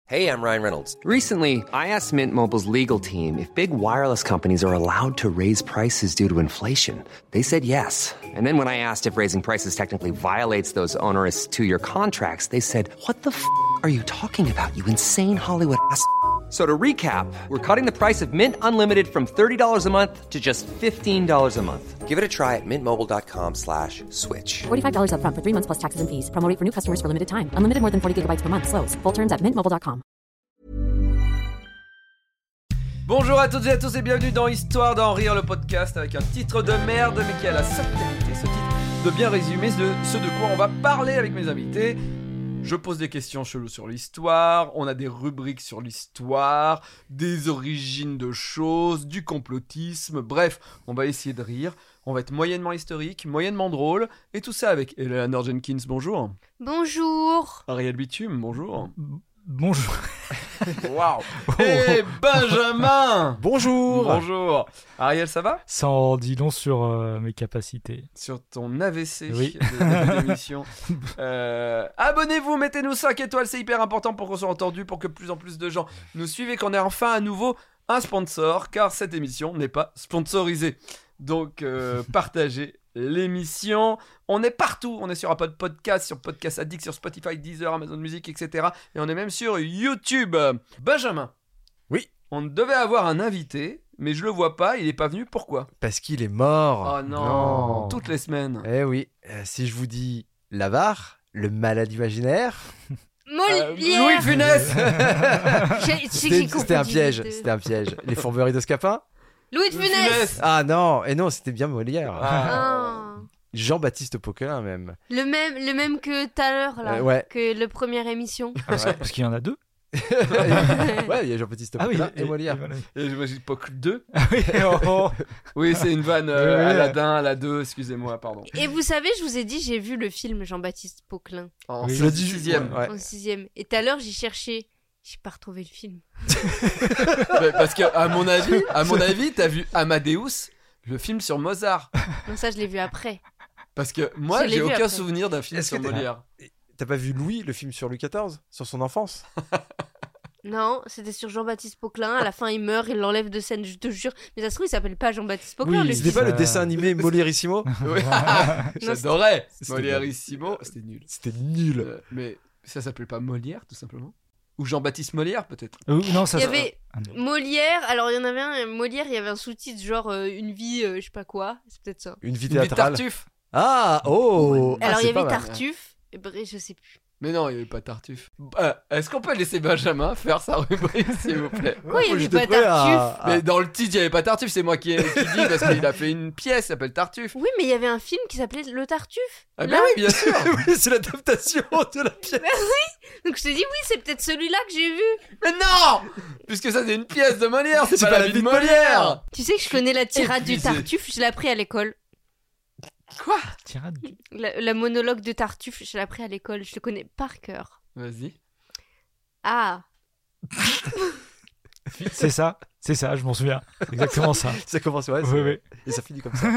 Hey, I'm Ryan Reynolds. Recently, I asked Mint Mobile's legal team if big wireless companies are allowed to raise prices due to inflation. They said yes. And then when I asked if raising prices technically violates those onerous two-year contracts, they said, "What the f*** are you talking about, you insane Hollywood ass?" So to recap, we're cutting the price of Mint Unlimited from $30 a month to just $15 a month. Give it a try at mintmobile.com/switch. $45 up front for 3 months plus taxes and fees. Promo rate for new customers for limited time. Unlimited more than 40 gigabytes per month. Slows full terms at mintmobile.com. Bonjour à toutes et à tous et bienvenue dans Histoire d'en rire, le podcast avec un titre de merde mais qui a la seule qualité, ce titre, de bien résumer ce de quoi on va parler avec mes invités. Je pose des questions cheloues sur l'histoire, on a des rubriques sur l'histoire, des origines de choses, du complotisme, bref, on va essayer de rire, on va être moyennement historique, moyennement drôle, et tout ça avec Eleanor Jenkins, bonjour. Bonjour. Ariel Bitume, bonjour. Bonjour. Waouh. Et Benjamin. Bonjour. Bonjour. Ariel, ça va ? Ça en dit long sur mes capacités. Sur ton AVC Oui. de l'émission. Abonnez-vous, mettez-nous 5 étoiles, c'est hyper important pour qu'on soit entendu, pour que plus en plus de gens nous suivent et qu'on ait enfin à nouveau un sponsor, car cette émission n'est pas sponsorisée. Donc partagez l'émission. On est partout, on est sur Apple Podcast, sur Podcast Addict, sur Spotify, Deezer, Amazon Music, etc. Et on est même sur YouTube. Benjamin. Oui. On devait avoir un invité, mais je le vois pas, il est pas venu, pourquoi ? Parce qu'il est mort. Oh non, toutes les semaines. Eh oui, si je vous dis l'avare, le malade imaginaire... Molière. Louis de Funès. C'était un piège, c'était un piège. Les fourberies de Scapin. Louis de Funès. Ah non, et non, c'était bien Molière. Ah. Jean-Baptiste Poquelin même. Le même que tout à l'heure là, Ouais. que la première émission. Parce qu'il y en a deux. Ouais, il y a Jean-Baptiste Poquelin et Molière. voilà. Et moi j'ai Pocle 2. Ah oui, oh. Oui, c'est une vanne Ouais. Aladdin, à la 2, excusez-moi, pardon. Et vous savez, je vous ai dit, j'ai vu le film Jean-Baptiste Poquelin En Oui. Tu l'as dit 6ème. Ouais. en 6ème. Et tout à l'heure, j'ai cherché. J'ai pas retrouvé le film. Parce que à mon avis, t'as vu Amadeus, le film sur Mozart. Non, ça, je l'ai vu après. Parce que moi, Je l'ai j'ai vu aucun après. souvenir d'un film Est-ce sur que t'as- Molière. T'as pas vu Louis, le film sur Louis XIV, sur son enfance? Non, c'était sur Jean-Baptiste Poquelin. À la fin, il meurt, il l'enlève de scène, je te jure. Mais ça se trouve, il s'appelle pas Jean-Baptiste Poquelin, Oui, le C'était film. pas le dessin animé Molierissimo? Ouais. J'adorais C'était Molièrissimo, c'était nul. C'était nul. Mais ça s'appelait pas Molière, tout simplement. Ou Jean-Baptiste Molière, peut-être. Non, ça Il y ça- avait Ah, non. Molière, alors il y en avait un, Molière, il y avait un sous-titre genre une vie, je sais pas quoi, c'est peut-être ça. Une vie Une vie de théâtrale. Tartuffe. Ah, oh. Alors Ah, il y c'est pas avait mal. Tartuffe, et bref, je sais plus. Mais non, il n'y avait pas Tartuffe. Est-ce qu'on peut laisser Benjamin faire sa rubrique, s'il vous plaît ? Quoi, il y avait J'étais pas prêt Tartuffe Mais dans le titre, il n'y avait pas Tartuffe, c'est moi qui dis parce qu'il a fait une pièce qui s'appelle Tartuffe. Oui, mais il y avait un film qui s'appelait Le Tartuffe. Ah ben Là. oui, bien sûr. Oui, c'est l'adaptation de la pièce. Donc je te dis oui, c'est peut-être celui-là que j'ai vu. Mais non, puisque ça c'est une pièce de Molière, c'est C'est pas la vie de Molière. Tu sais que je connais la tirade du Épuisé. Tartuffe, je l'ai appris à l'école. Quoi ? Tirade. La monologue de Tartuffe, je l'ai appris à l'école, je le connais par cœur. Vas-y. Ah, C'est ça, je m'en souviens. C'est exactement ça. Ça commence, ouais. Oui, oui. Et ça finit comme ça.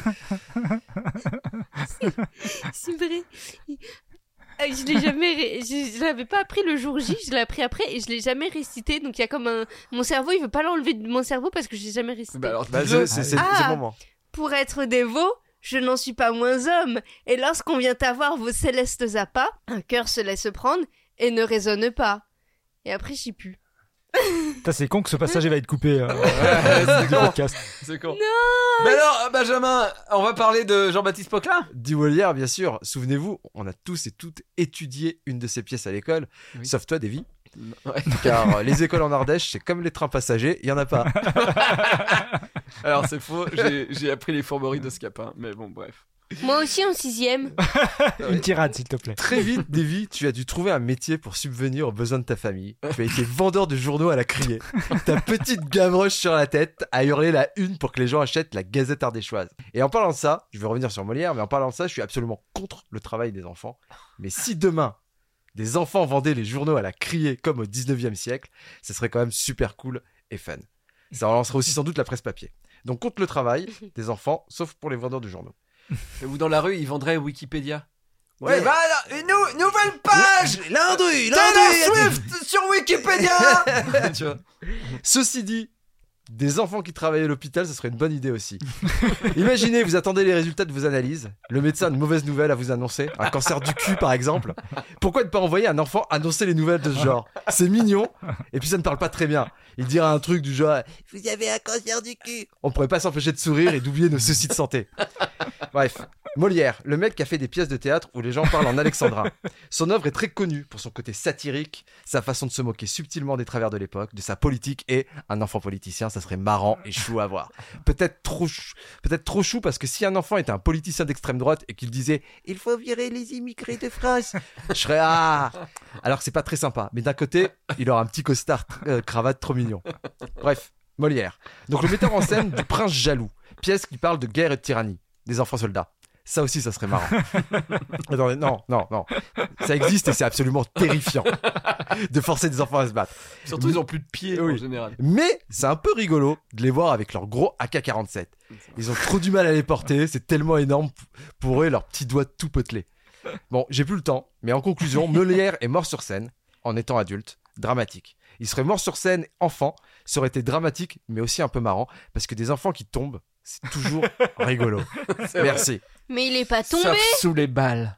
c'est vrai. Je l'ai jamais, je l'avais pas appris le jour J, je l'ai appris après et je l'ai jamais récité. Donc il y a comme mon cerveau, il veut pas l'enlever de mon cerveau parce que je l'ai jamais récité. Bah alors, Bah, dis-le. c'est Ah. le moment. Pour être dévot, je n'en suis pas moins homme. Et lorsqu'on vient avoir vos célestes appâts, un cœur se laisse prendre et ne raisonne pas. Et après, j'y pue. Putain, c'est con que ce passage il va être coupé c'est du con. podcast. C'est con. Non. Mais alors, Benjamin, on va parler de Jean-Baptiste Poquelin. Du Molière, bien sûr. Souvenez-vous, on a tous et toutes étudié une de ces pièces à l'école. Oui. Sauf toi, Davy. Ouais. Car les écoles en Ardèche, c'est comme les trains passagers, il y en a pas. Alors c'est faux, j'ai appris les fourberies de Scapin, mais bon, bref. Moi aussi en 6ème. Une tirade, s'il te plaît. Très vite, Davy, tu as dû trouver un métier pour subvenir aux besoins de ta famille. Tu as été vendeur de journaux à la criée. Ta petite gavroche sur la tête a hurlé la une pour que les gens achètent la Gazette ardéchoise. Et en parlant de ça, je vais revenir sur Molière, mais en parlant de ça, je suis absolument contre le travail des enfants. Mais si demain, des enfants vendaient les journaux à la criée comme au 19e siècle, ça serait quand même super cool et fun. Ça relancerait aussi sans doute la presse papier. Donc contre le travail des enfants, sauf pour les vendeurs de journaux. Ou dans la rue, ils vendraient Wikipédia. Ouais. Eh ben, alors, une nouvelle page. Taylor Swift sur Wikipédia. Tu vois. Ceci dit, des enfants qui travaillent à l'hôpital, ce serait une bonne idée aussi. Imaginez, vous attendez les résultats de vos analyses, le médecin a une mauvaise nouvelle à vous annoncer, un cancer du cul par exemple. Pourquoi ne pas envoyer un enfant annoncer les nouvelles de ce genre? C'est mignon, et puis ça ne parle pas très bien. Il dira un truc du genre « Vous avez un cancer du cul !» On pourrait pas s'empêcher de sourire et d'oublier nos soucis de santé. Bref, Molière, le mec qui a fait des pièces de théâtre où les gens parlent en alexandrin. Son œuvre est très connue pour son côté satirique, sa façon de se moquer subtilement des travers de l'époque, de sa politique et un enfant politicien, ça serait marrant et chou à voir. Peut-être trop chou parce que si un enfant était un politicien d'extrême droite et qu'il disait « Il faut virer les immigrés de France », je serais « Ah !» Alors que c'est pas très sympa, mais d'un côté, il aura un petit costard cravate trop mignon. Bref, Molière. Donc le metteur en scène du Prince jaloux, pièce qui parle de guerre et de tyrannie, des enfants soldats. Ça aussi, ça serait marrant. Attendez, non. Ça existe et c'est absolument terrifiant de forcer des enfants à se battre. Surtout, ils ont plus de pieds Oui. en général. Mais c'est un peu rigolo de les voir avec leur gros AK-47. Ils ont trop du mal à les porter, c'est tellement énorme pour eux, leurs petits doigts tout potelés. Bon, j'ai plus le temps, mais en conclusion, Molière est mort sur scène, en étant adulte, dramatique. Il serait mort sur scène enfant, ça aurait été dramatique, mais aussi un peu marrant, parce que des enfants qui tombent, c'est toujours rigolo. Merci. Mais il est pas tombé. Sauf sous les balles.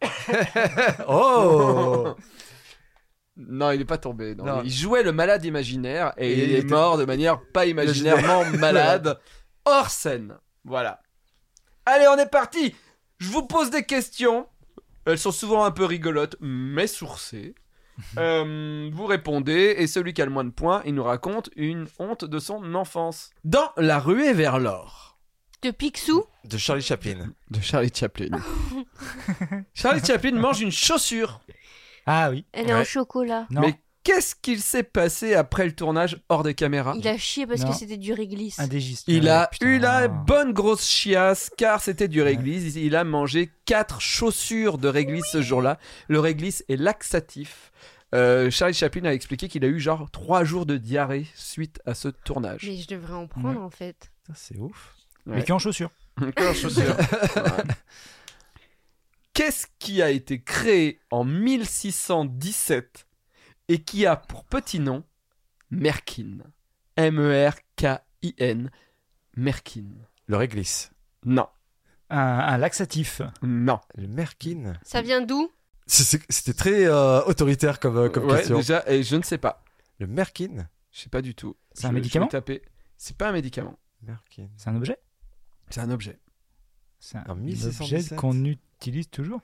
Oh Non, il est pas tombé. Non. Non. Il jouait le malade imaginaire et il il est était- mort de manière pas imaginairement malade, hors scène. Voilà. Allez, on est parti. Je vous pose des questions. Elles sont souvent un peu rigolotes, mais sourcées. Vous répondez et celui qui a le moins de points, il nous raconte une honte de son enfance. Dans La ruée vers l'or. De Picsou. De Charlie Chaplin. De Charlie Chaplin. Charlie Chaplin mange une chaussure. Ah oui. Elle est en chocolat. Non. Mais qu'est-ce qu'il s'est passé après le tournage hors des caméras? Il a chié parce Non. que c'était du réglisse. Un dégiste. Il a Putain. eu la bonne grosse chiasse car c'était du réglisse. Il a mangé 4 chaussures de réglisse ce jour-là. Le réglisse est laxatif. Charlie Chaplin a expliqué qu'il a eu genre 3 jours de diarrhée suite à ce tournage. Mais je devrais en prendre en fait. Putain, c'est ouf. Mais qui en chaussures. Encore chaussures. Ouais. Qu'est-ce qui a été créé en 1617 et qui a pour petit nom Merkin? M-E-R-K-I-N. Merkin. Le réglisse. Non. Un laxatif. Non. Le Merkin. Ça vient d'où? C'était très autoritaire comme Ouais, question. déjà, et je ne sais pas. Le Merkin. Je sais pas du tout. C'est un Je médicament vais taper. C'est pas un médicament. Merkin. C'est un objet. C'est un objet. C'est un En objet 1617. qu'on utilise toujours.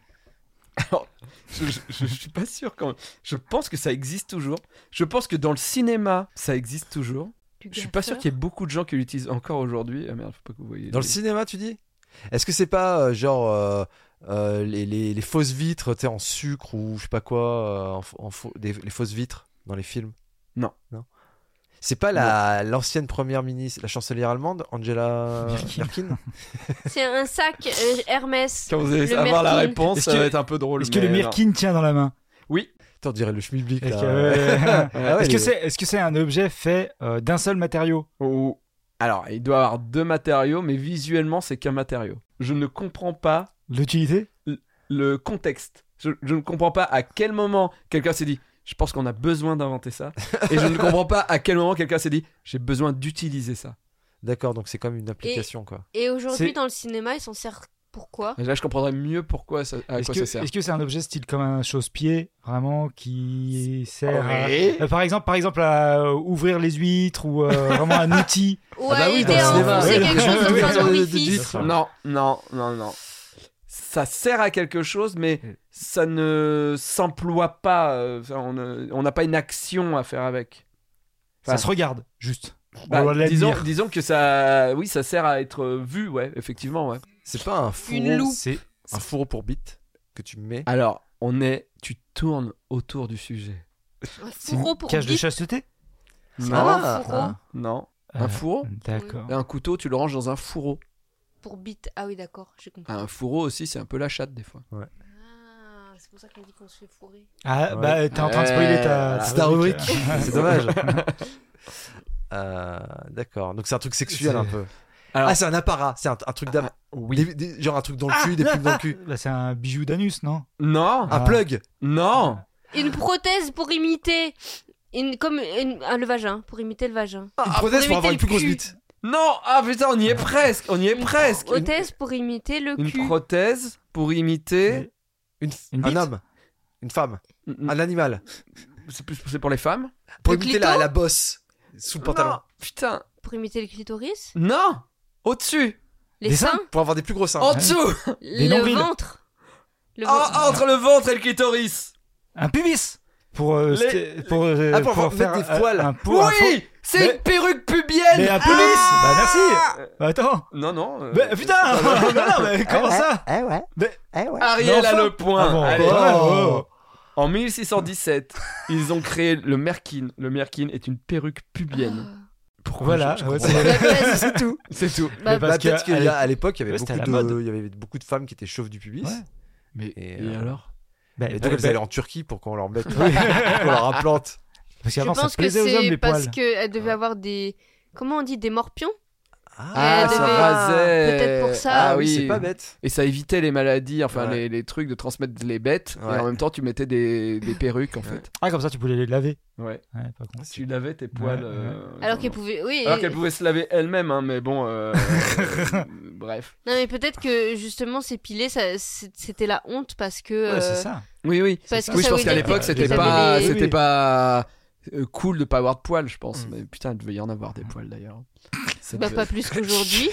Je suis pas sûr quand même. Je pense que ça existe toujours. Je pense que dans le cinéma, ça existe toujours. Je suis pas sûr qu'il y ait beaucoup de gens qui l'utilisent encore aujourd'hui. Ah merde, faut pas que vous voyez. Dans le cinéma, tu dis? Est-ce que c'est pas les fausses vitres tu sais, en sucre ou je sais pas quoi, les fausses vitres dans les films? Non. C'est pas l'ancienne première ministre, la chancelière allemande, Angela Merkel? C'est un sac Hermès. Quand vous allez Le avoir la Merkin. réponse, Est-ce ça que- va être un peu drôle. Est-ce que le mais Mirkin tient dans la main? non. Oui. Attends, on dirait le schmilblick Est-ce là. que, Ah ouais, est-ce que c'est un objet fait d'un seul matériau? Ou- Alors, il doit avoir 2 matériaux, mais visuellement, c'est qu'un matériau. Je ne comprends pas L'utilité? le contexte. Je ne comprends pas à quel moment quelqu'un s'est dit je pense qu'on a besoin d'inventer ça. Et je ne comprends pas à quel moment quelqu'un s'est dit j'ai besoin d'utiliser ça. D'accord, donc c'est comme une application quoi. Et aujourd'hui, C'est- dans le cinéma, ils s'en servent pourquoi? Et là, je comprendrais mieux pourquoi ça, à quoi ça sert. Est-ce que c'est un objet style comme un chausse-pied, vraiment, qui sert Oui. à, par exemple à ouvrir les huîtres ou vraiment un outil? Ou Ah bah à oui, dans aider le à cinéma, enfoncer oui, quelque oui, chose oui, dans oui, un oui, orifice. oui. Non. Ça sert à quelque chose, mais ça ne s'emploie pas. On n'a pas une action à faire avec. Ça se regarde, juste. Bah, On l'admire. disons que ça, oui, ça sert à être vu, ouais, effectivement, ouais. C'est pas un Une loupe. fourreau, C'est un fourreau pour bite que tu mets. Alors, tu tournes autour du sujet. Un c'est fourreau une pour cage de bite. chasteté? C'est Non, pas un fourreau non. Un fourreau D'accord. Et un couteau, tu le ranges dans un fourreau. pour bite. Ah oui, d'accord, j'ai compris. Un fourreau aussi, c'est un peu la chatte des fois. Ah, c'est pour ça qu'on dit qu'on se fait fourrer. Ah, Ouais. bah t'es en train de spoiler ta C'est ta rubrique. C'est dommage. D'accord, donc c'est un truc sexuel C'est- un peu. Alors, Ah, c'est un apparat, c'est un truc d'âme. oui. Genre un truc dans le cul, des plumes dans le cul. Là, c'est un bijou d'anus, non? Non. Un plug. Non. Une prothèse pour imiter. Le vagin, pour imiter le vagin. Une prothèse pour avoir une plus grosse bite. Non. Ah putain, on y est presque. On y est presque. Prothèse pour imiter le Une cul. prothèse pour imiter. Une Un bite. homme. Une femme. Un animal. C'est pour les femmes. Pour Le imiter clito la bosse sous le pantalon. Non. Putain. Pour imiter le clitoris. Non. Au-dessus. Les Des seins. seins Pour avoir des plus gros seins. En dessous. Le nombrils. ventre. Le Oh, entre le ventre et le clitoris. Un pubis. Pour pour faire mettre des poils. un pot- un faux- Oui. C'est Mais- une perruque pubienne. Mais un pubis. Bah merci. Bah, attends. Non, non. Putain. Non, mais comment ça? Ariel Mais a enfin. le point. Ah bon, Allez. ouais, oh. En 1617, ils ont créé le merkin. Le merkin est une perruque pubienne. Pourquoi Voilà. je ouais, comprends c'est- pas. C'est tout. C'est tout. Bah, Mais parce Peut-être que qu'à l'époque, il y avait Ouais, c'était beaucoup à la mode. il y avait beaucoup de femmes qui étaient chauves du pubis. Ouais. Mais Et, et alors Bah, Et donc elles bah, allaient en Turquie pour qu'on leur mette, qu'on leur implante. Parce Je qu'avant, ça pense que plaisait aux hommes, c'est les parce poils. qu'elle devait avoir des. Comment on dit? Des morpions? Ah, Elle ça devait- rasait. peut-être pour ça. Ah oui, oui, c'est pas bête. Et ça évitait les maladies, enfin Ouais. les trucs de transmettre les bêtes. Ouais. Et en même temps, tu mettais des perruques en fait. Ah, comme ça, tu pouvais les laver. Ouais. Ouais, pas con. Tu lavais tes poils. Ouais. Alors qu'elle pouvait. Oui. Alors qu'elle pouvait se laver elle-même, hein, mais bon. Bref. Non, mais peut-être que justement, s'épiler, c'était la honte parce que. Ouais, c'est ça. Oui, oui. Parce que Oui, je ça pense veut qu'à dire l'époque, que c'était ils avaient pas, les- c'était Oui. pas cool de pas avoir de poils, je pense. Mm. Mais putain, il devait y en avoir des poils d'ailleurs. Ça Bah, devait- pas plus qu'aujourd'hui.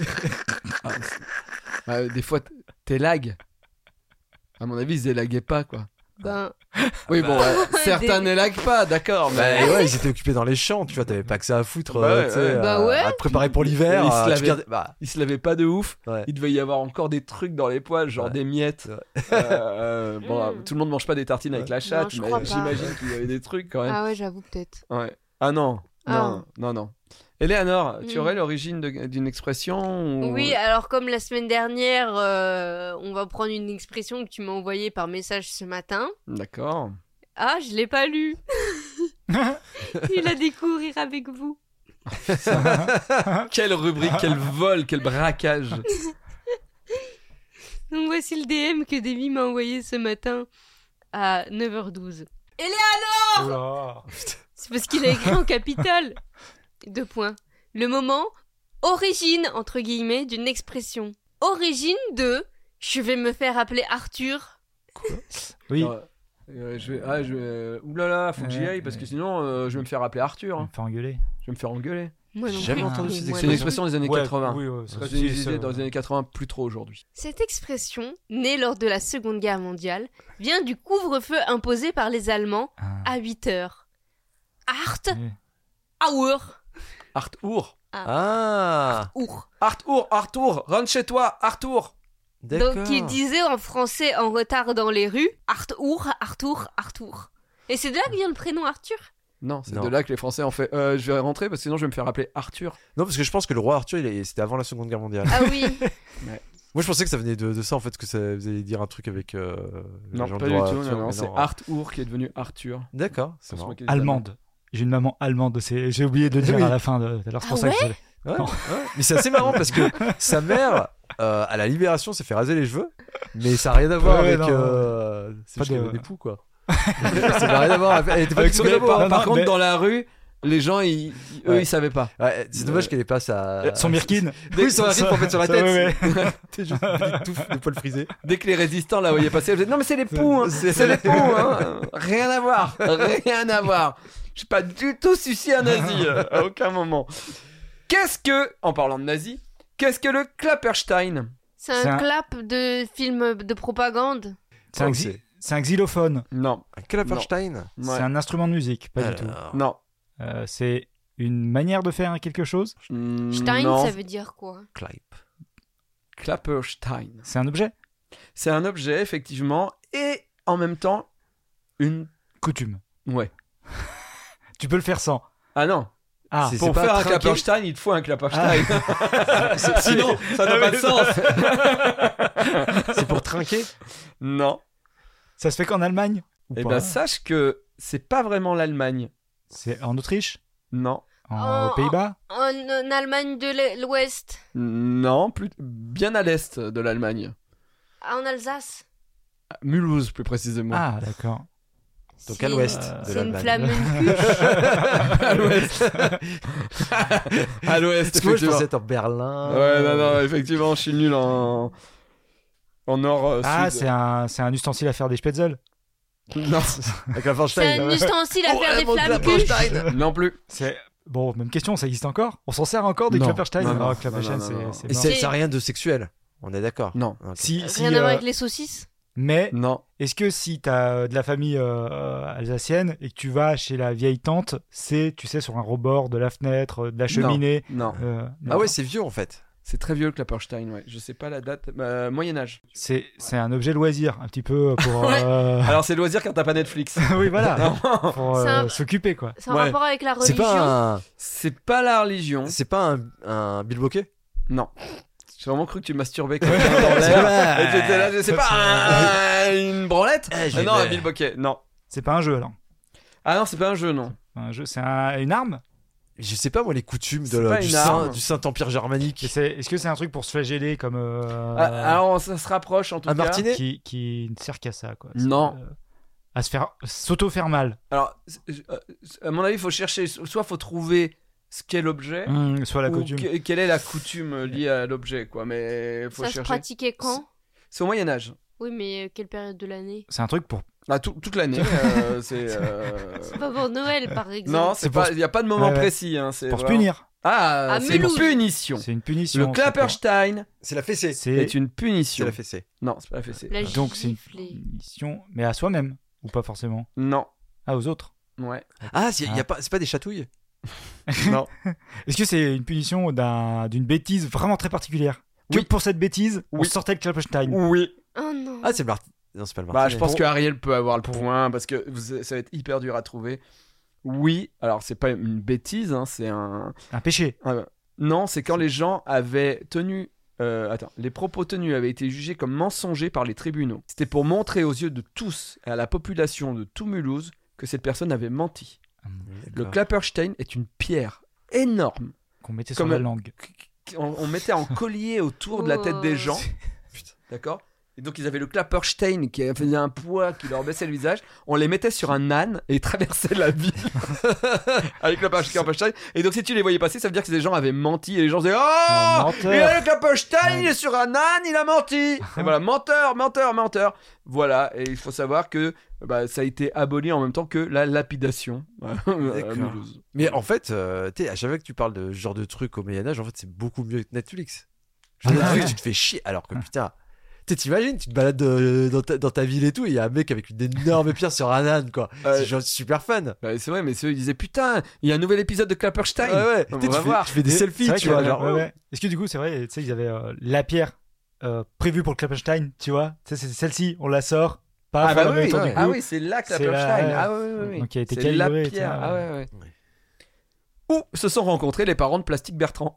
Des fois, t'es lag. À mon avis, ils élaguaient pas, quoi. Ben. Oui, bon, certains Des- n'élaguent pas, d'accord, mais. Bah ouais, ils étaient occupés dans les champs, tu vois, t'avais pas que ça à foutre, Bah ouais, tu sais, ouais. Bah ouais. à te préparer pour l'hiver. Ils se tu lavaient. gardais- bah, Ils se lavaient pas de ouf. ouais. Il devait y avoir encore des trucs dans les poils, genre Ouais. des miettes. Ouais. Bon, Mm. tout le monde mange pas des tartines avec la chatte, Non, je mais crois pas. j'imagine qu'il y avait des trucs quand même. Ah ouais, j'avoue, peut-être. Ouais. Ah non, non, non, non. Eleanor, tu Mm. aurais l'origine d'une expression ou... Oui, alors comme la semaine dernière, on va prendre une expression que tu m'as envoyée par message ce matin. D'accord. Ah, je l'ai pas lu. Il a découvrir avec vous. Quelle rubrique, quel vol, quel braquage. Donc voici le DM que Davy m'a envoyé ce matin à 9h12. Oh là. C'est parce qu'il a écrit en capital. 2 points. Le moment origine, entre guillemets, d'une expression. Origine de je vais me faire appeler Arthur. Oui. Oulala, faut que j'y Ouais, aille parce que ouais. sinon je vais me faire appeler Arthur. On hein. me fait engueuler. Je vais me faire engueuler. Moi non J'ai jamais plus. entendu Mais cette moi C'est une non expression des années Ouais, 80. oui, ouais, C'est ça, utilisé ça, dans les ouais. années 80, plus trop aujourd'hui. Cette expression, née lors de la Seconde Guerre mondiale, vient du couvre-feu imposé par les Allemands Ah. à 8 heures. Art, Oui. Hour, Arthur. Ah, Our. Arthur, rentre chez toi, Arthur. d'accord. Donc il disait en français en retard dans les rues, Arthur, Arthur, Arthur. Et c'est de là que vient le prénom Arthur. Non, c'est Non. de là que les Français ont fait. Je vais rentrer parce que sinon je vais me faire appeler Arthur. Non, parce que je pense que le roi Arthur, c'était avant la Seconde Guerre mondiale. Ah oui. Moi, je pensais que ça venait de ça, en fait, que ça, vous allez dire un truc avec. Non, les gens pas du du roi tout. Arthur, Non, mais c'est non. Arthur qui est devenu Arthur. D'accord, c'est Pour se marrant. moquer des Allemande. J'ai une maman allemande. J'ai oublié de le dire Oui. à la fin. Alors c'est pour Ah ça que ouais je- Ouais, Non. ouais. Mais c'est assez marrant parce que sa mère, à la Libération, s'est fait raser les cheveux, mais ça n'a rien à voir Ouais, avec. non, C'est pas juste qu'elle de- avait des poux, quoi. Ça n'a rien à voir. Elle était pas Avec du ce tout que- d'abord. Non, Par non, contre, mais- dans la rue, les gens, eux, Ouais. ils savaient pas. Ouais, c'est dommage qu'elle ait pas sa. Son Mirkin. Oui, son Mirkin pour mettre sur la Ça, tête. ouais, ouais. T'es juste une petite touffe de poils frisés. Dès que les résistants la voyaient passer, elles disaient non mais c'est les poux, hein. c'est les poux, hein. Rien à voir, rien à voir. Je suis pas du tout suci un nazi à aucun moment. Qu'est-ce que, en parlant de nazi, qu'est-ce que le Klapperstein? C'est C'est un un- clap de film de propagande. C'est un, Oh, xy- c'est un xylophone. Non, Un Klapperstein. ouais. C'est un instrument de musique, pas du tout. Alors, Non. C'est une manière de faire quelque chose. Stein, Non. ça veut dire quoi? Clap. Klapperstein. C'est un objet. C'est un objet effectivement et en même temps une. Coutume. Ouais. Tu peux le faire sans. Ah non. Ah, C'est- Pour pas faire un trinquer. Klapperstein, il te faut un Klapperstein. Sinon, ça n'a pas de sens. C'est pour trinquer. Non. ça se fait qu'en Allemagne ou Eh pas ben, sache que c'est pas vraiment l'Allemagne. C'est en Autriche. Non. Aux Pays-Bas. En Allemagne de l'Ouest. Non, bien à l'est de l'Allemagne. En Alsace. Mulhouse, plus précisément. Ah, d'accord. Donc C'est à l'ouest de C'est une l'Allemagne. flamme À l'ouest. À l'ouest, Parce que moi, je effectivement. pensais être en Berlin. Ouais, non, effectivement, je suis nul en nord Ah, sud. c'est un ustensile à faire des spätzle. Non, Avec la C'est Franstein. un ustensile à faire des mon flammes Klapperstein. non plus. C'est bon, même question, ça existe encore? On s'en sert encore des Non. Klapperstein? Non, non. Alors, Klapperstein, Non, non, non. c'est Et mort. ça n'a rien de sexuel. On est d'accord. Non. Ok. Si, Rien à voir avec les saucisses. mais Non. est-ce que si t'as de la famille alsacienne et que tu vas chez la vieille tante, c'est, tu sais, sur un rebord de la fenêtre, de la cheminée? Non. Non. Ah ouais, c'est vieux en fait. C'est très vieux le Klapperstein, ouais. Je sais pas la date. Moyen-Âge. C'est un objet loisir, un petit peu pour. Ouais. Alors, c'est loisir quand t'as pas Netflix. Oui, voilà. Non. Pour C'est un- s'occuper, quoi. C'est en Ouais. rapport avec la C'est religion. pas un. C'est pas la religion. C'est pas un bilboquet. Non. J'ai vraiment cru que tu masturbais quelqu'un dans l'air. Et tu étais là, c'est pas une branlette j'ai Non, une- un bilboquet. Non. C'est pas un jeu, alors. Ah non, c'est pas un jeu, non. Un jeu, c'est une arme. Je sais pas moi les coutumes C'est pas une arme. du Saint-Empire germanique. Est-ce que c'est un truc pour se flageller comme Alors, ça se rapproche en tout Un cas. martinet. qui ne sert qu'à ça, quoi. Non. À s'auto-faire mal. Alors, à mon avis, il faut chercher. Soit faut trouver ce qu'est l'objet. Soit la ou coutume. quelle est la coutume liée à l'objet, quoi. Mais faut Ça se chercher. pratiquait quand? C'est au Moyen-Âge. Oui, mais quelle période de l'année? C'est un truc pour. Ah, toute l'année. C'est. C'est pas pour Noël, par exemple. Non, c'est pour pas. Il n'y a pas de moment Ouais, ouais. précis. Hein, c'est Pour se vraiment- punir. Ah, À c'est une Mulhouse. punition. C'est une punition. Le c'est Klapperstein C'est la fessée. pour- C'est est une punition. C'est la fessée. Non, c'est pas la fessée. La donc c'est une giflée. punition, mais à soi-même ou pas forcément. Non. Ah, aux autres. Ouais. Ah, y a pas, c'est pas des chatouilles. Non. Est-ce que c'est une punition d'une bêtise vraiment très particulière? Que Oui. pour cette bêtise, on Oui. sortait le Klapperstein. Oui. Oh non. Ah, c'est le martinet. Non, c'est pas le Bah, martinet. je pense que Ariel peut avoir le point parce que ça va être hyper dur à trouver. Oui. Alors, c'est pas une bêtise, hein, c'est un. Un péché. Non, c'est quand les gens avaient tenu. Les propos tenus avaient été jugés comme mensongers par les tribunaux. C'était pour montrer aux yeux de tous et à la population de tout Mulhouse que cette personne avait menti. Le Klapperstein est une pierre énorme Qu'on mettait Comme sur la un- langue. on mettait en collier autour de la tête des gens. Putain, d'accord. Et donc ils avaient le Klapperstein qui faisait un poids qui leur baissait le visage. On les mettait sur un âne et ils traversaient la ville avec le Klapperstein. Et donc si tu les voyais passer, ça veut dire que ces gens avaient menti et les gens disaient oh, Menteur. il a le Klapperstein, il est sur un âne, il a menti. Et voilà, menteur, menteur, menteur. Voilà, et il faut savoir que ça a été aboli en même temps que la lapidation. à Mulhouse. Mais en fait, à chaque fois que tu parles de ce genre de truc au Moyen-Âge, en fait, c'est beaucoup mieux que Netflix. Genre, Netflix, tu te fais chier. Alors que putain, t'imagines, tu te balades dans ta ville et tout, et il y a un mec avec une énorme pierre sur un âne, quoi. C'est genre super fun. Ouais, c'est vrai, mais ceux ils disaient putain, il y a un nouvel épisode de Klapperstein. Ouais. On Tu sais, va voir. tu fais des C'est selfies, vrai tu qu'il y vois. avait- Genre, ouais, ouais. Est-ce que du coup, c'est vrai, tu sais, ils avaient la pierre prévue pour le Klapperstein, tu vois? Tu sais, c'est celle-ci, on la sort. Pas Ah bah la met oui, autour du ouais. cou. Ah oui, c'est là C'est Klapperstein. la- Ah oui, oui, oui. Donc, qui a été c'est calibré, la tu pierre. vois. Ah ouais, ouais. Où se sont rencontrés les parents de Plastique Bertrand?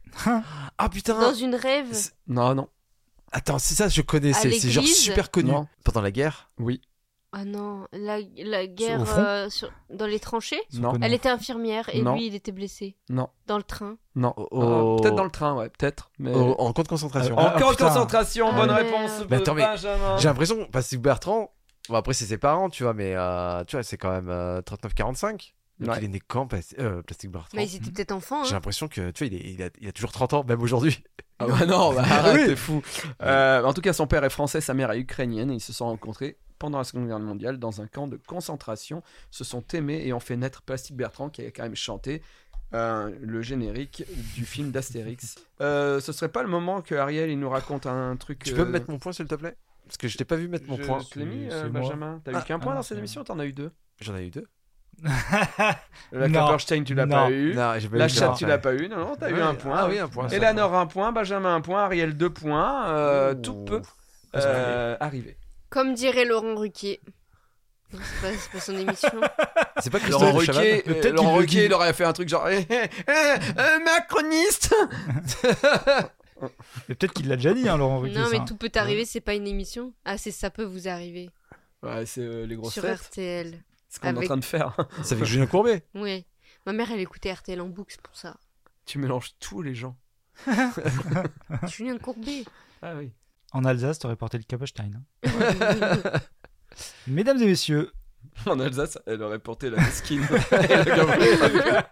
Ah putain. Dans une rêve. Non, non. Attends, c'est ça, je connais. À C'est genre l'église super connu. Non. Pendant la guerre. Oui. Ah non, la guerre Au front dans les tranchées. Non. connus. Elle était infirmière et Non. lui, il était blessé. Non. Dans le train. Non. Au- Peut-être dans le train, ouais, peut-être. Mais... En camp de concentration. Ah, Encore putain. concentration, Ah, bonne merde. réponse. Mais attends, mais Benjamin. J'ai l'impression, parce que Bertrand, bon, après c'est ses parents, tu vois, mais tu vois, c'est quand même 39-45. Donc Ouais. il est né quand, Plastique Bertrand? Mais ils étaient peut-être enfants. J'ai Hein. l'impression que, tu vois, il a toujours 30 ans, même aujourd'hui. Ah bah non, bah arrête, Oui. t'es fou. En tout cas, son père est français, sa mère est ukrainienne et ils se sont rencontrés pendant la Seconde Guerre mondiale dans un camp de concentration, se sont aimés et ont fait naître Plastique Bertrand qui a quand même chanté le générique du film d'Astérix. Ce serait pas le moment que Ariel il nous raconte un truc. Tu peux me mettre mon point, s'il te plaît? Parce que je t'ai pas vu mettre mon point. Je te l'ai mis, C'est moi. Benjamin. T'as eu qu'un point dans cette c'est- émission, t'en as eu deux. J'en ai eu deux. La Non. Klapperstein, tu l'as Non. pas eu. Non, j'ai pas La eu chatte, le tu point. l'as pas eu. Non, non, t'as eu un point. Ah oui, un point. Eleanor un point, Benjamin un point, Ariel 2 points. Tout peut arriver. Comme dirait Laurent Ruquier. Non, c'est pas son émission. C'est pas Laurent Christophe Ruquier, Chavannes. Peut-être Laurent qu'il le Ruquier, dit. il aurait fait un truc genre macroniste. Et peut-être qu'il l'a déjà dit, hein, Laurent Ruquier. Non, mais ça. tout peut arriver, c'est pas une émission. Ah, ça peut vous arriver. Ouais, c'est les grosses Sur têtes. RTL. C'est ce qu'on est en Avec- train de faire. C'est avec Julien Courbet. Ouais. Ma mère, elle écoutait RTL en boucle, c'est pour ça. Tu mélanges tous les gens. Julien Courbet. Ah oui. En Alsace, t'aurais porté le Capustein. Hein. Mesdames et messieurs, En Alsace, elle aurait porté la mesquine. Et le gamin.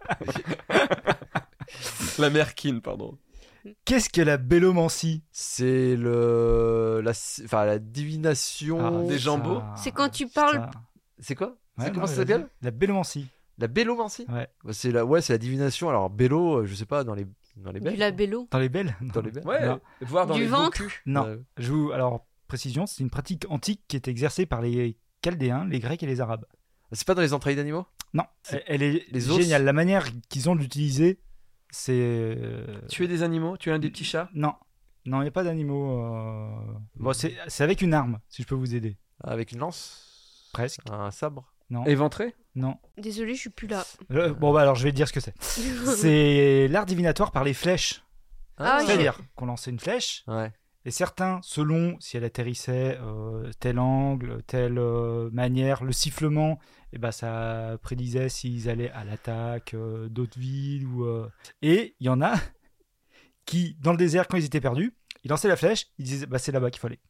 La merquine, pardon. qu'est-ce que la bélomancie? C'est la divination. Des jambos. C'est quand tu parles- C'est quoi? Ouais, Comment non, ça vas-y. s'appelle? La bélomancie. La bélomancie? Ouais. Bah, c'est la divination. Alors bélo, je sais pas, dans les belles. Du labello. Dans les belles? Dans les belles. Ouais, Non. voir dans Du les beaux ventre. culs. Non. Ouais. Alors, précision, c'est une pratique antique qui est exercée par les Chaldéens, les Grecs et les Arabes. C'est pas dans les entrailles d'animaux? Non, C'est- elle est les os. géniale. La manière qu'ils ont d'utiliser, c'est... Tuer des animaux, tuer un des petits chats. Non, il n'y a pas d'animaux. Bon, c'est avec une arme, si je peux vous aider. Avec une lance? Presque. Un sabre? Non, Éventré. non. Désolée, je suis plus là. Bon, bah alors je vais te dire ce que c'est. C'est l'art divinatoire par les flèches. Ah, oui. C'est-à-dire qu'on lançait une flèche, Ouais. et certains, selon si elle atterrissait tel angle, telle manière, le sifflement, et ben ça prédisait s'ils allaient à l'attaque d'autres villes. Et il y en a qui, dans le désert, quand ils étaient perdus, ils lançaient la flèche, ils disaient bah, c'est là-bas qu'il faut aller.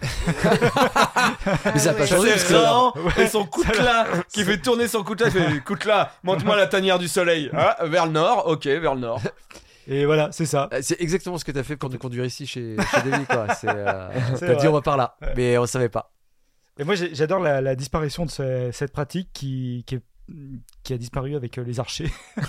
Mais ça a pas ouais. changé parce que. Raon Ouais. et son coutelas qui fait tourner son coutelas. Il fait coutelas, montre-moi la tanière du soleil. Ah, vers le nord, ok, vers le nord. Et voilà, c'est ça. C'est exactement ce que t'as fait pour nous conduire ici chez Davy, quoi. C'est T'as dit vrai. on va par là, mais on savait pas. Et moi, j'adore la disparition de cette pratique qui a disparu avec les archers.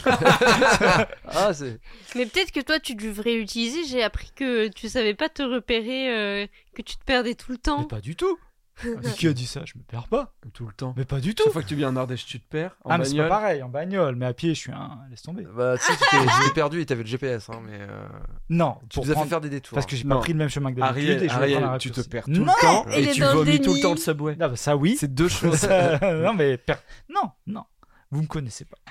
Ah, c'est. Mais peut-être que toi, tu devrais l'utiliser. J'ai appris que tu savais pas te repérer, que tu te perdais tout le Mais temps. pas du tout. Qui a dit ça? Je me perds pas. Tout le temps. Mais pas du tout. Chaque fois que tu viens en Ardèche, tu te perds. En Ah, mais c'est pas bagnole. pareil, en bagnole. Mais à pied, je suis un. Laisse tomber. Bah, tu sais, j'étais perdu et t'avais le GPS, hein, mais. Non, Tu pour nous as fait prendre- faire des détours. parce que j'ai Non. pas pris le même chemin que d'habitude. et je vais prendre un Ariel, tu te raccourci. perds tout Non. le temps Il et est tu dans le vomis tout le déni. temps le subway. Ah, bah, ça oui. C'est deux choses. Non, mais non. Vous me connaissez pas.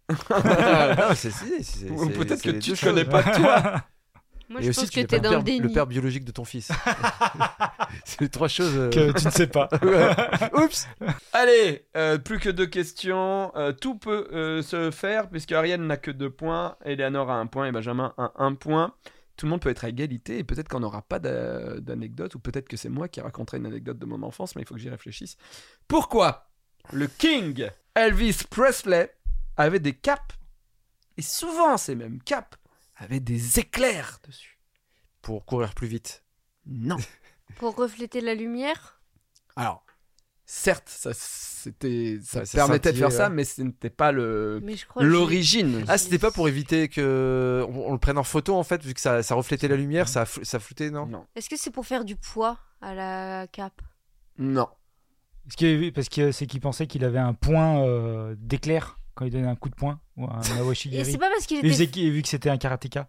Ah, Ou peut-être que les tu deux te connais choses. pas toi. Moi, Et je aussi, pense tu que n'es t'es pas dans le déni. le père biologique de ton fils. C'est les trois choses. Que tu ne sais pas. Oups. Allez, plus que 2 questions. Tout peut se faire puisque Ariel n'a que 2 points, Eleanor a 1 point et Benjamin a 1 point. Tout le monde peut être à égalité et peut-être qu'on n'aura pas d'anecdote ou peut-être que c'est moi qui raconterai une anecdote de mon enfance, mais il faut que j'y réfléchisse. Pourquoi le King Elvis Presley avait des capes et souvent ces mêmes capes avaient des éclairs dessus? Pour courir plus vite. Non. Pour refléter la lumière. Alors, certes, ça Ouais, ça permettait de faire scintillait, ça, mais ce n'était pas Mais je crois que l'origine. Ah, c'était pas pour éviter que on le prenne en photo en fait, vu que ça reflétait la lumière, ça floutait, non? Non. Est-ce que c'est pour faire du poids à la cape? Non. Parce que c'est qu'il pensait qu'il avait un point d'éclair quand il donnait un coup de poing ou un Et awashigiri. c'est pas parce qu'il Et était, vu que c'était un karatéka.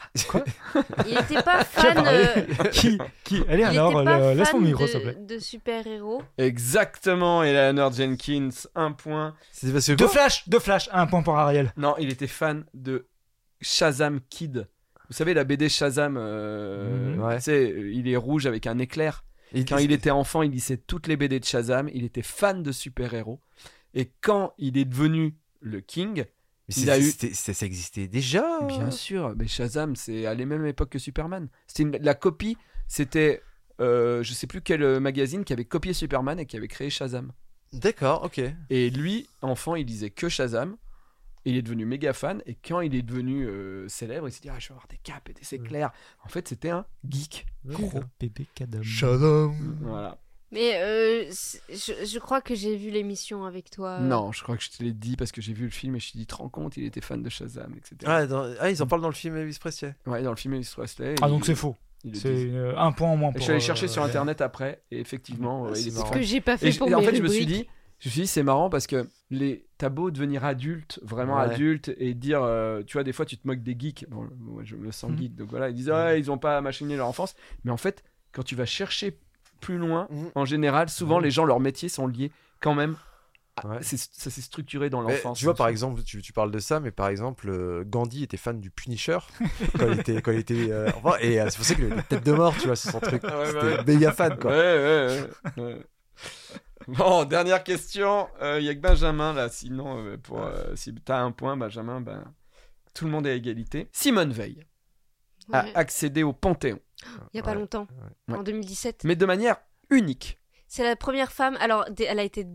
il était pas Qui a fan. parlé Qui Allez, Il alors, était pas laisse mon fan micro, s'il te plaît. de super-héros. Exactement, Eleanor Jenkins, 1 point. C'est parce que De Flash, un point pour Ariel. Non, il était fan de Shazam Kid. Vous savez, la BD Shazam, Ouais. tu sais, il est rouge avec un éclair. Quand il était enfant, il lisait toutes les BD de Shazam. Il était fan de super-héros. Et quand il est devenu le King, il a eu... ça existait déjà. Bien sûr, mais Shazam, c'est à la même époque que Superman. C'était la copie, c'était je sais plus quel magazine qui avait copié Superman et qui avait créé Shazam. D'accord, ok. Et lui, enfant, il lisait que Shazam. Et il est devenu méga fan. Et quand il est devenu célèbre, il s'est dit je vais avoir des capes et des éclairs. En fait, c'était un geek. Gros bébé cadom. Voilà. Mais je crois que j'ai vu l'émission avec toi. Non, je crois que je te l'ai dit parce que j'ai vu le film et je me suis dit, te rends compte, il était fan de Shazam, etc. Ils en parlent dans le film Elvis Presley. Ouais, dans le film Elvis Presley. Ah, donc c'est faux. il le C'est disent. un point en moins Et pour. je suis allé chercher sur Ariel. internet après et effectivement, c'est il était marrant. Ce fan. que j'ai pas fait Et pour en mes fait, je me suis rubriques. dit, c'est marrant parce que t'as beau devenir adulte, vraiment Ouais. adulte, et dire, tu vois, des fois tu te moques des geeks. Bon, moi je me sens Mhm. geek, donc voilà, ils disent, ouais, ils ont pas machiné leur enfance. Mais en fait, quand tu vas chercher plus loin, Mhm. en général, souvent Ouais. les gens, leurs métiers sont liés quand même. Ouais. Ça s'est structuré dans Mais l'enfance. tu vois, par exemple, tu parles de ça, mais par exemple, Gandhi était fan du Punisher quand il était enfant, et c'est pour ça qu'il avait des têtes de mort, tu vois, c'est son truc. Ah ouais, C'était ouais. méga fan, quoi. Ouais. Bon, dernière question. Il y a que Benjamin là. Sinon, si t'as un point, Benjamin, tout le monde est à égalité. Simone Veil a Ouais. accédé au Panthéon, Il y a pas longtemps, Ouais. en 2017. mais de manière unique. C'est la première femme. Alors, elle a été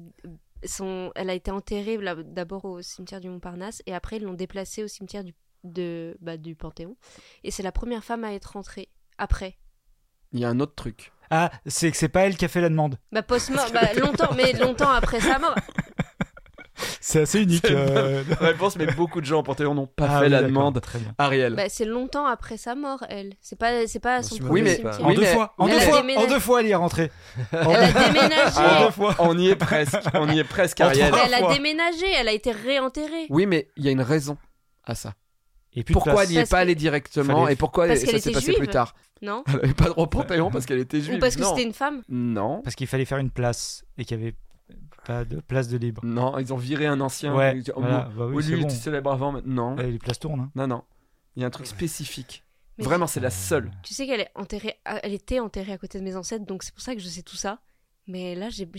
enterrée d'abord au cimetière du Montparnasse et après ils l'ont déplacée au cimetière du Panthéon. Et c'est la première femme à être entrée après. Il y a un autre truc. Ah, c'est que c'est pas elle qui a fait la demande. Post-mort, longtemps après sa mort. C'est assez unique. Réponse, mais beaucoup de gens au Panthéon n'ont pas Ah fait oui, la d'accord, demande. Très bien. Ariel. C'est longtemps après sa mort, elle. C'est pas son Simone premier Veil, cimetière. En Oui, deux mais- fois, en Elle deux a fois, déménagé. en deux fois, elle y est rentrée. Elle a déménagé. En deux fois. On y est presque. On y est presque, En Ariel. trois Elle a fois. déménagé, elle a été réenterrée. Oui, mais il y a une raison à ça. Et puis de Pourquoi place. elle n'y est Parce pas que- allée directement Fallait- et pourquoi Parce ça qu'elle s'est était passé juive. plus tard? Non Elle n'avait pas droit au Panthéon parce qu'elle était juive. Ou parce que Non. c'était une femme. Non. Parce qu'il fallait faire une place et qu'il y avait pas de place de libre. Non, ils ont viré un ancien. Ouais, Ils disent, voilà, bah oui, oui, c'est lui, il bon. était célèbre avant, mais non. Les places tournent. Hein. Non. Il y a un truc spécifique. Mais Vraiment, c'est la seule. Tu sais qu'elle est enterrée, elle était enterrée à côté de mes ancêtres, donc c'est pour ça que je sais tout ça. Mais là, j'ai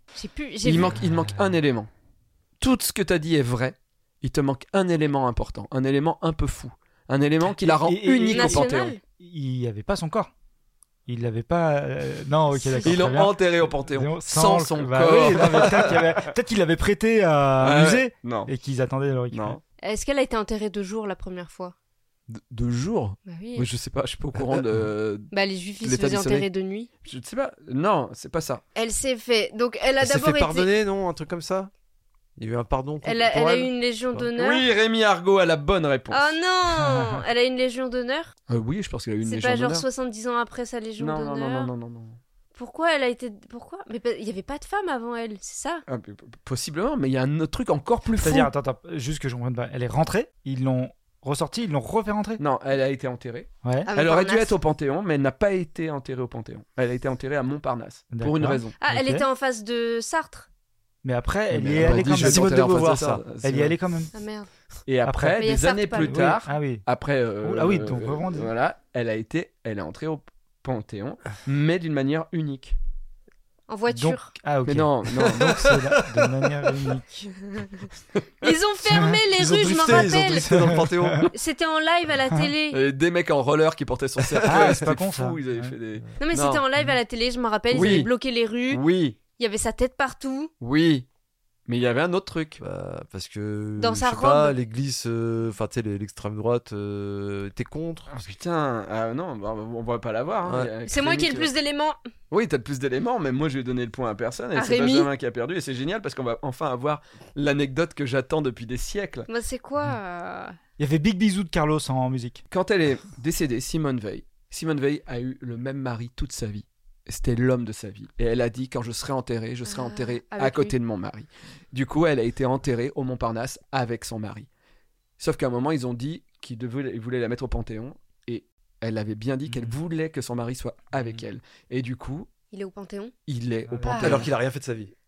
Il manque un élément. Tout ce que tu as dit est vrai. Il te manque un élément important, un élément un peu fou, un élément qui la rend Et- unique au national. Panthéon. Il n'y avait pas son corps. Il l'avait pas. Non, ok, d'accord. Ils l'ont très bien. enterré au Panthéon sans le- son bah corps. oui, non, mais peut-être qu'il l'avait prêté à un Ouais, musée Non. et qu'ils attendaient le récupérer. Non. Est-ce qu'elle a été enterrée de jour la première fois? De jour. Bah oui. Mais je sais pas, je suis pas au courant de. Les juifs, ils se L'état faisaient dissonné. enterrer de nuit. Je ne sais pas. Non, c'est pas ça. Elle s'est fait. Donc elle a Elle s'est d'abord fait été. pardonner, non? Un truc comme ça? Il y a eu un pardon Elle a eu une légion d'honneur. Oui, Rémi Argot a la bonne réponse. Oh non. Elle a eu une légion d'honneur. Oui, je pense qu'elle a eu une C'est légion pas genre d'honneur. 70 ans après sa légion Non, d'honneur. non. Pourquoi elle a été. Pourquoi? Mais il y avait pas de femme avant elle, c'est ça? Ah, possiblement, mais il y a un autre truc encore plus fou. C'est-à-dire, attends, juste que je comprenne pas. Elle est rentrée, ils l'ont ressortie, ils l'ont refait rentrer. Non, elle a été enterrée. Ouais. À Elle aurait dû Montparnasse. être au Panthéon, mais elle n'a pas été enterrée au Panthéon. Elle a été enterrée à Montparnasse. Pour une D'accord. raison. Ah, elle Ok. était en face de Sartre. Mais après, elle Mais y est elle a allée dit, quand je même. vais Simone t'enterrer de en face Beauvoir, ça. ça. Elle y est allée quand même. Ah merde. Et après, Mais il y a des Sartre années pas plus loin. tard, Ah oui. après, Ah oui, donc vraiment, voilà, elle est entrée au Panthéon, mais d'une manière unique. En voiture. Donc, ah ok. Mais non, Donc c'est de manière unique. Ils ont fermé les Ils ont rues, je m'en drifté, ils ont rappelle. drifté dans le Panthéon. C'était en live à la télé. Et des mecs en roller qui portaient son cercueil, Ah, c'est pas c'était con, fou, ça. ils avaient Ouais. fait des... Non mais Non. c'était en live à la télé, je m'en rappelle. Oui. Ils avaient bloqué les rues. Oui, Il y avait sa tête partout. oui, mais il y avait un autre truc. Bah, parce que Dans je sa sais pas, robe. l'église, enfin tu sais, l'extrême droite était contre. Ah, putain, non, on va pas l'avoir. Hein. Ouais. Il y a C'est moi qui ai le Rémi plus d'éléments. Oui, t'as le plus d'éléments, mais moi je vais donner le point à personne. Et À c'est Rémi. Benjamin qui a perdu. Et c'est génial parce qu'on va enfin avoir l'anecdote que j'attends depuis des siècles. Bah c'est quoi Il y avait Big Bisou de Carlos en musique. Quand elle est décédée, Simone Veil a eu le même mari toute sa vie. C'était l'homme de sa vie. Et elle a dit, quand je serai enterrée, je serai enterrée à avec côté lui. de mon mari. Du coup, elle a été enterrée au Montparnasse avec son mari. Sauf qu'à un moment, ils ont dit qu'ils voulaient la mettre au Panthéon. Et elle avait bien dit qu'elle voulait que son mari soit avec elle. Et du coup, Il est au Panthéon. il est au Ah. Panthéon. Alors qu'il a rien fait de sa vie.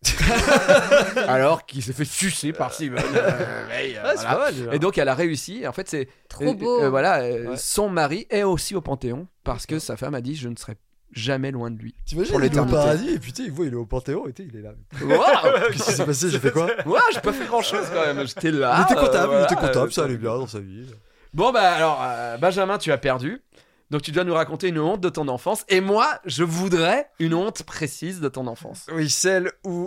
Alors qu'il s'est fait sucer par Simone Veil. Ouais, c'est pas mal. déjà. Et donc elle a réussi. Et en fait, c'est Trop beau. Ouais. son mari est aussi au Panthéon parce que sa femme a dit je ne serai jamais loin de lui. T'imagines, pour il est au l'éternité. paradis et putain, il voit, il est au Panthéon et tu sais, il est là. Waouh Qu'est-ce qui s'est passé? J'ai fait quoi? Ouais, j'ai pas fait grand chose quand même. J'étais là. Il était comptable, voilà, il était comptable, ça allait bien dans sa vie. Bon bah alors Benjamin, tu as perdu. Donc tu dois nous raconter une honte de ton enfance. Et moi, je voudrais une honte précise de ton enfance. Oui, celle où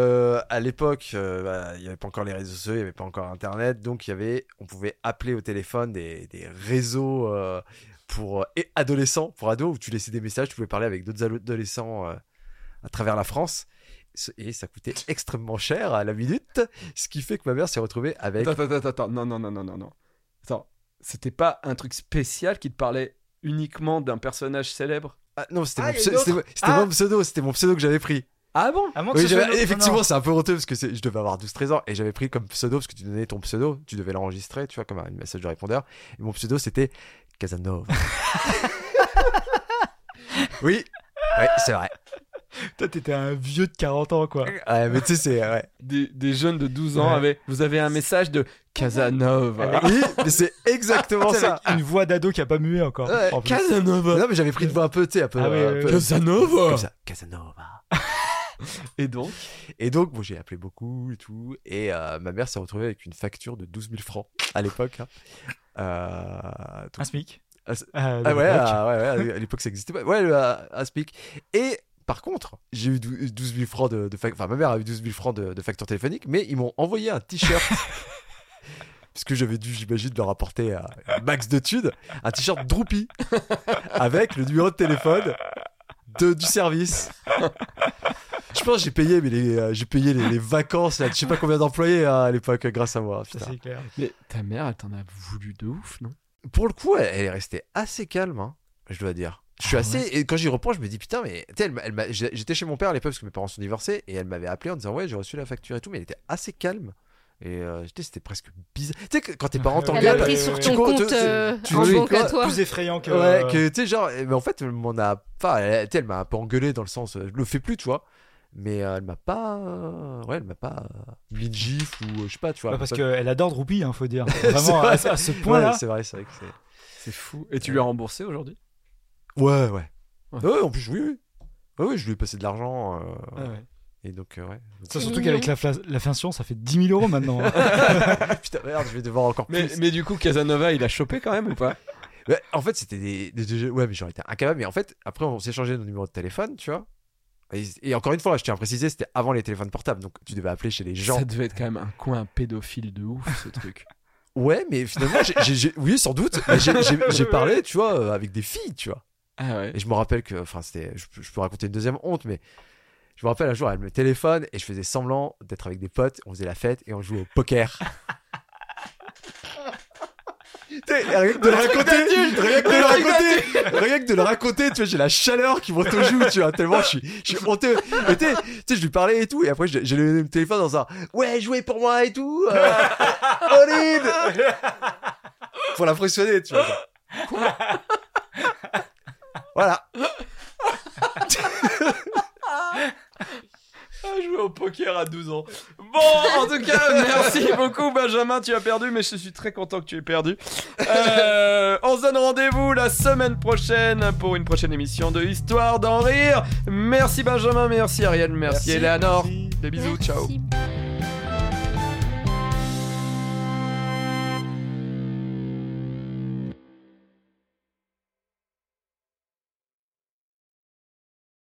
à l'époque, il n'y avait pas encore les réseaux sociaux, il n'y avait pas encore Internet, donc on pouvait appeler au téléphone des réseaux pour adolescents, pour ados, où tu laissais des messages, tu pouvais parler avec d'autres adolescents à travers la France. Et ça coûtait extrêmement cher à la minute, ce qui fait que ma mère s'est retrouvée avec... Attends, non. Attends, c'était pas un truc spécial qui te parlait uniquement d'un personnage célèbre? Ah non, c'était Ah, mon, il y a une autre. c'était mon pseudo que j'avais pris. Ah bon? À moins que Oui, ce soit j'avais- une autre- effectivement, non. c'est un peu honteux parce que je devais avoir 12-13 ans et j'avais pris comme pseudo, parce que tu donnais ton pseudo, tu devais l'enregistrer, tu vois, comme un message de répondeur. Et mon pseudo, c'était Casanova. Oui, ouais, c'est vrai. Toi, t'étais un vieux de 40 ans, quoi. Ouais, mais tu sais, c'est. Ouais. Des jeunes de 12 ans Ouais. vous avez un message de Casanova. Oui, mais c'est exactement Tu sais, ça. avec une voix d'ado qui a pas mué encore. Ouais, en plus. Casanova. Non, mais j'avais pris une voix un peu, tu sais, un peu. Ah oui, un oui, peu- oui. Casanova. Comme ça, Casanova. Et donc bon, j'ai appelé beaucoup et tout. Et ma mère s'est retrouvée avec une facture de 12 000 francs à l'époque. Un SMIC. Ouais, à l'époque ça existait pas. Ouais, un SMIC. Et par contre, j'ai eu 12 000 francs de facture. Enfin, ma mère a eu 12 000 francs de facture téléphonique, mais ils m'ont envoyé un t-shirt. Parce que j'avais dû, j'imagine, leur apporter un max de thunes. Un t-shirt Droopy. Avec le numéro de téléphone du service. Je pense que j'ai payé, mais j'ai payé les vacances. Je sais pas combien d'employés à l'époque grâce à moi. Ça, c'est clair. Mais ta mère, elle t'en a voulu de ouf, non? Pour le coup, elle est restée assez calme, hein, je dois dire. Je suis assez. Et quand j'y reprends, je me dis putain, mais tu sais, j'étais chez mon père à l'époque parce que mes parents sont divorcés et elle m'avait appelé en disant ouais, j'ai reçu la facture et tout, mais elle était assez calme. Et c'était presque bizarre. Tu sais, quand tes parents t'engueulent. Elle a pris sur ton compte en banque à toi. Plus effrayant que. Ouais, que tu sais, genre. Mais en fait, elle m'a un peu engueulé dans le sens. Je le fais plus, tu vois. Mais elle m'a pas. Ouais, elle m'a pas mis une gifle ou je sais pas, tu vois. Ouais, parce qu'elle adore Droopy, hein, faut dire. Vraiment, à ce point-là. Ouais, c'est vrai que c'est fou. Et tu lui as remboursé aujourd'hui? Ouais. Ouais, en plus, oui. Ouais, je lui ai passé de l'argent. Ouais. Et donc, ouais. Ça, surtout qu'avec l'inflation, ça fait 10 000 € maintenant. Putain, merde, je vais devoir encore plus. Mais du coup, Casanova, il a chopé quand même ou pas? Ouais, en fait, c'était des. Ouais, mais j'aurais été incapable. Mais en fait, après, on s'est changé nos numéros de téléphone, tu vois. Et encore une fois, je tiens à préciser, c'était avant les téléphones portables. Donc, tu devais appeler chez les gens. Ça devait être quand même un coin pédophile de ouf, ce truc. Ouais, mais finalement, oui, sans doute. Mais j'ai parlé, tu vois, avec des filles, tu vois. Ah ouais. Et je me rappelle que. Enfin, c'était. Je peux raconter une deuxième honte, mais. Je me rappelle un jour, elle me téléphone et je faisais semblant d'être avec des potes. On faisait la fête et on jouait au poker. Rien que de le raconter, tu vois, j'ai la chaleur qui monte aux joues, tu vois, tellement je suis honteux. Mais tu sais, je lui parlais et tout, et après j'ai le téléphone dans un ouais, jouez pour moi et tout. All pour l'impressionner, tu vois. Voilà. Jouer au poker à 12 ans. Bon, en tout cas, merci beaucoup Benjamin, tu as perdu, mais je suis très content que tu aies perdu. On se donne rendez-vous la semaine prochaine pour une prochaine émission de Histoire d'en rire. Merci Benjamin, merci Ariel, merci Eleanor. Des bisous, ciao.